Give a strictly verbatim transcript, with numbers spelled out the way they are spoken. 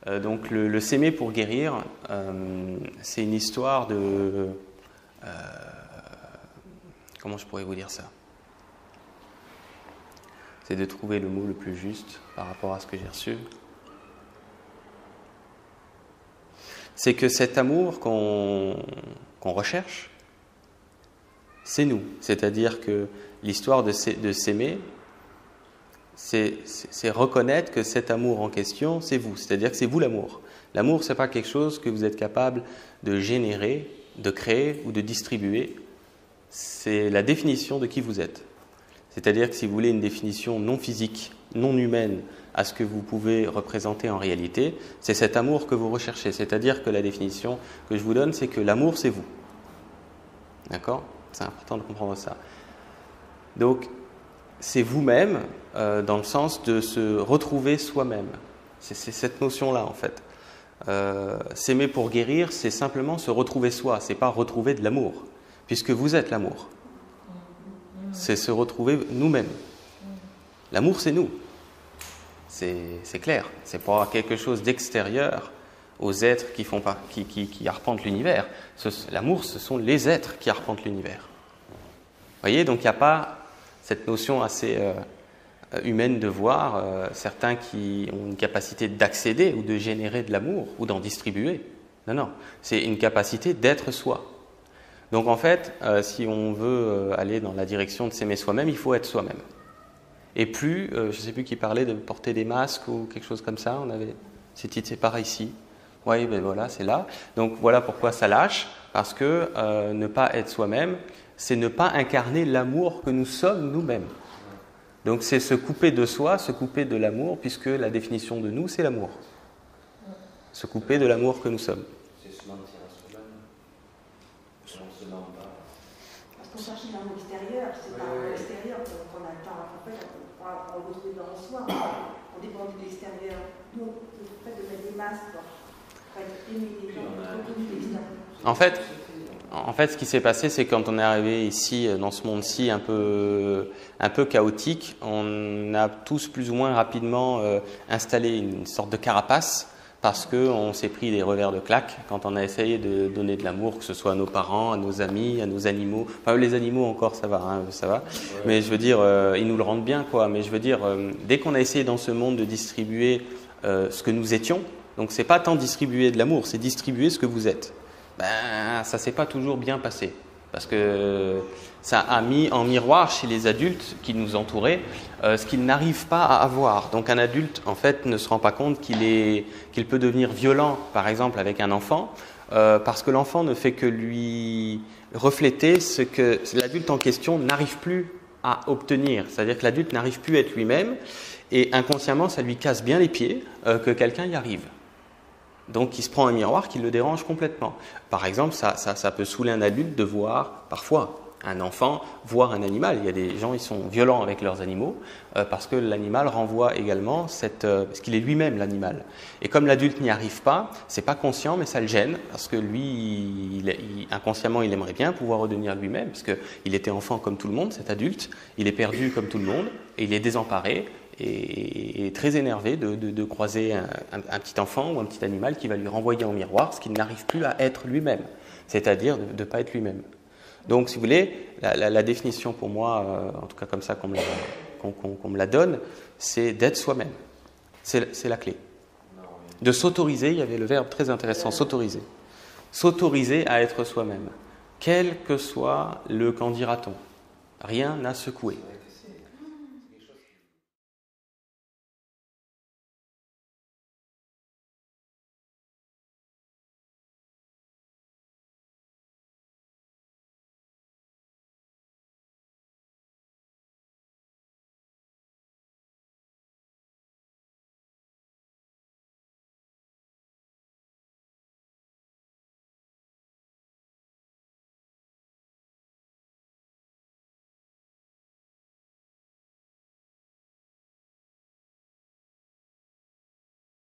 Euh, donc le, le s'aimer pour guérir, euh, c'est une histoire de... Euh, comment je pourrais vous dire ça? C'est de trouver le mot le plus juste par rapport à ce que j'ai reçu. C'est que cet amour qu'on qu'on recherche, c'est nous. C'est-à-dire que l'histoire de s'aimer, c'est reconnaître que cet amour en question, c'est vous. C'est-à-dire que c'est vous l'amour. L'amour, ce n'est pas quelque chose que vous êtes capable de générer, de créer ou de distribuer. C'est la définition de qui vous êtes. C'est-à-dire que si vous voulez une définition non physique, non humaine à ce que vous pouvez représenter en réalité, c'est cet amour que vous recherchez. C'est-à-dire que la définition que je vous donne, c'est que l'amour, c'est vous. D'accord ? C'est important de comprendre ça. Donc, c'est vous-même euh, dans le sens de se retrouver soi-même. C'est cette notion-là, en fait. Euh, S'aimer pour guérir, c'est simplement se retrouver soi. C'est pas retrouver de l'amour, puisque vous êtes l'amour. C'est se retrouver nous-mêmes. L'amour, c'est nous. C'est clair. C'est pas quelque chose d'extérieur aux êtres qui, font pas, qui, qui, qui arpentent l'univers. L'amour, ce sont les êtres qui arpentent l'univers. Vous voyez, donc il n'y a pas cette notion assez euh, humaine de voir euh, certains qui ont une capacité d'accéder ou de générer de l'amour ou d'en distribuer. Non, non. C'est une capacité d'être soi. Donc en fait, euh, si on veut euh, aller dans la direction de s'aimer soi-même, il faut être soi-même. Et plus, euh, je ne sais plus qui parlait de porter des masques ou quelque chose comme ça, on avait, c'est par ici. Oui, ben voilà, c'est là. Donc voilà pourquoi ça lâche, parce que euh, ne pas être soi-même, c'est ne pas incarner l'amour que nous sommes nous-mêmes. Donc c'est se couper de soi, se couper de l'amour, puisque la définition de nous, c'est l'amour. Se couper de l'amour que nous sommes. C'est se mentir à soi-même. On se ment pas. Parce qu'on cherche l'amour extérieur, c'est par l'extérieur qu'on attend. En fait, on va le retrouver dans soi. On dépend de l'extérieur. Donc, le fait de mettre des masques, pour être aimé des gens, reconnu de l'extérieur. En fait, en fait, ce qui s'est passé, c'est quand on est arrivé ici, dans ce monde-ci un peu, un peu chaotique, on a tous plus ou moins rapidement euh, installé une sorte de carapace parce qu'on s'est pris des revers de claque quand on a essayé de donner de l'amour, que ce soit à nos parents, à nos amis, à nos animaux. Enfin, les animaux encore, ça va, hein, ça va. Mais je veux dire, euh, ils nous le rendent bien, quoi. Mais je veux dire, euh, dès qu'on a essayé dans ce monde de distribuer euh, ce que nous étions, donc c'est pas tant distribuer de l'amour, c'est distribuer ce que vous êtes. Ben, ça ne s'est pas toujours bien passé, parce que ça a mis en miroir chez les adultes qui nous entouraient euh, ce qu'ils n'arrivent pas à avoir. Donc un adulte, en fait, ne se rend pas compte qu'il est, qu'il peut devenir violent, par exemple, avec un enfant, euh, parce que l'enfant ne fait que lui refléter ce que l'adulte en question n'arrive plus à obtenir. C'est-à-dire que l'adulte n'arrive plus à être lui-même, et inconsciemment, ça lui casse bien les pieds euh, que quelqu'un y arrive. Donc, il se prend un miroir qui le dérange complètement. Par exemple, ça, ça, ça peut saouler un adulte de voir, parfois, un enfant voir un animal. Il y a des gens, ils sont violents avec leurs animaux euh, parce que l'animal renvoie également cette, euh, parce qu'il est lui-même l'animal. Et comme l'adulte n'y arrive pas, c'est pas conscient, mais ça le gêne parce que lui, il, il, inconsciemment, il aimerait bien pouvoir redevenir lui-même parce qu'il était enfant comme tout le monde, cet adulte. Il est perdu comme tout le monde et il est désemparé. Et très énervé de, de, de croiser un, un, un petit enfant ou un petit animal qui va lui renvoyer en miroir ce qu'il n'arrive plus à être lui-même, c'est-à-dire de ne pas être lui-même. Donc, si vous voulez, la, la, la définition pour moi, euh, en tout cas comme ça qu'on me, qu'on, qu'on, qu'on me la donne, c'est d'être soi-même. C'est la clé. De s'autoriser, il y avait le verbe très intéressant, s'autoriser. S'autoriser à être soi-même, quel que soit le qu'en dira-t-on. Rien n'a secoué.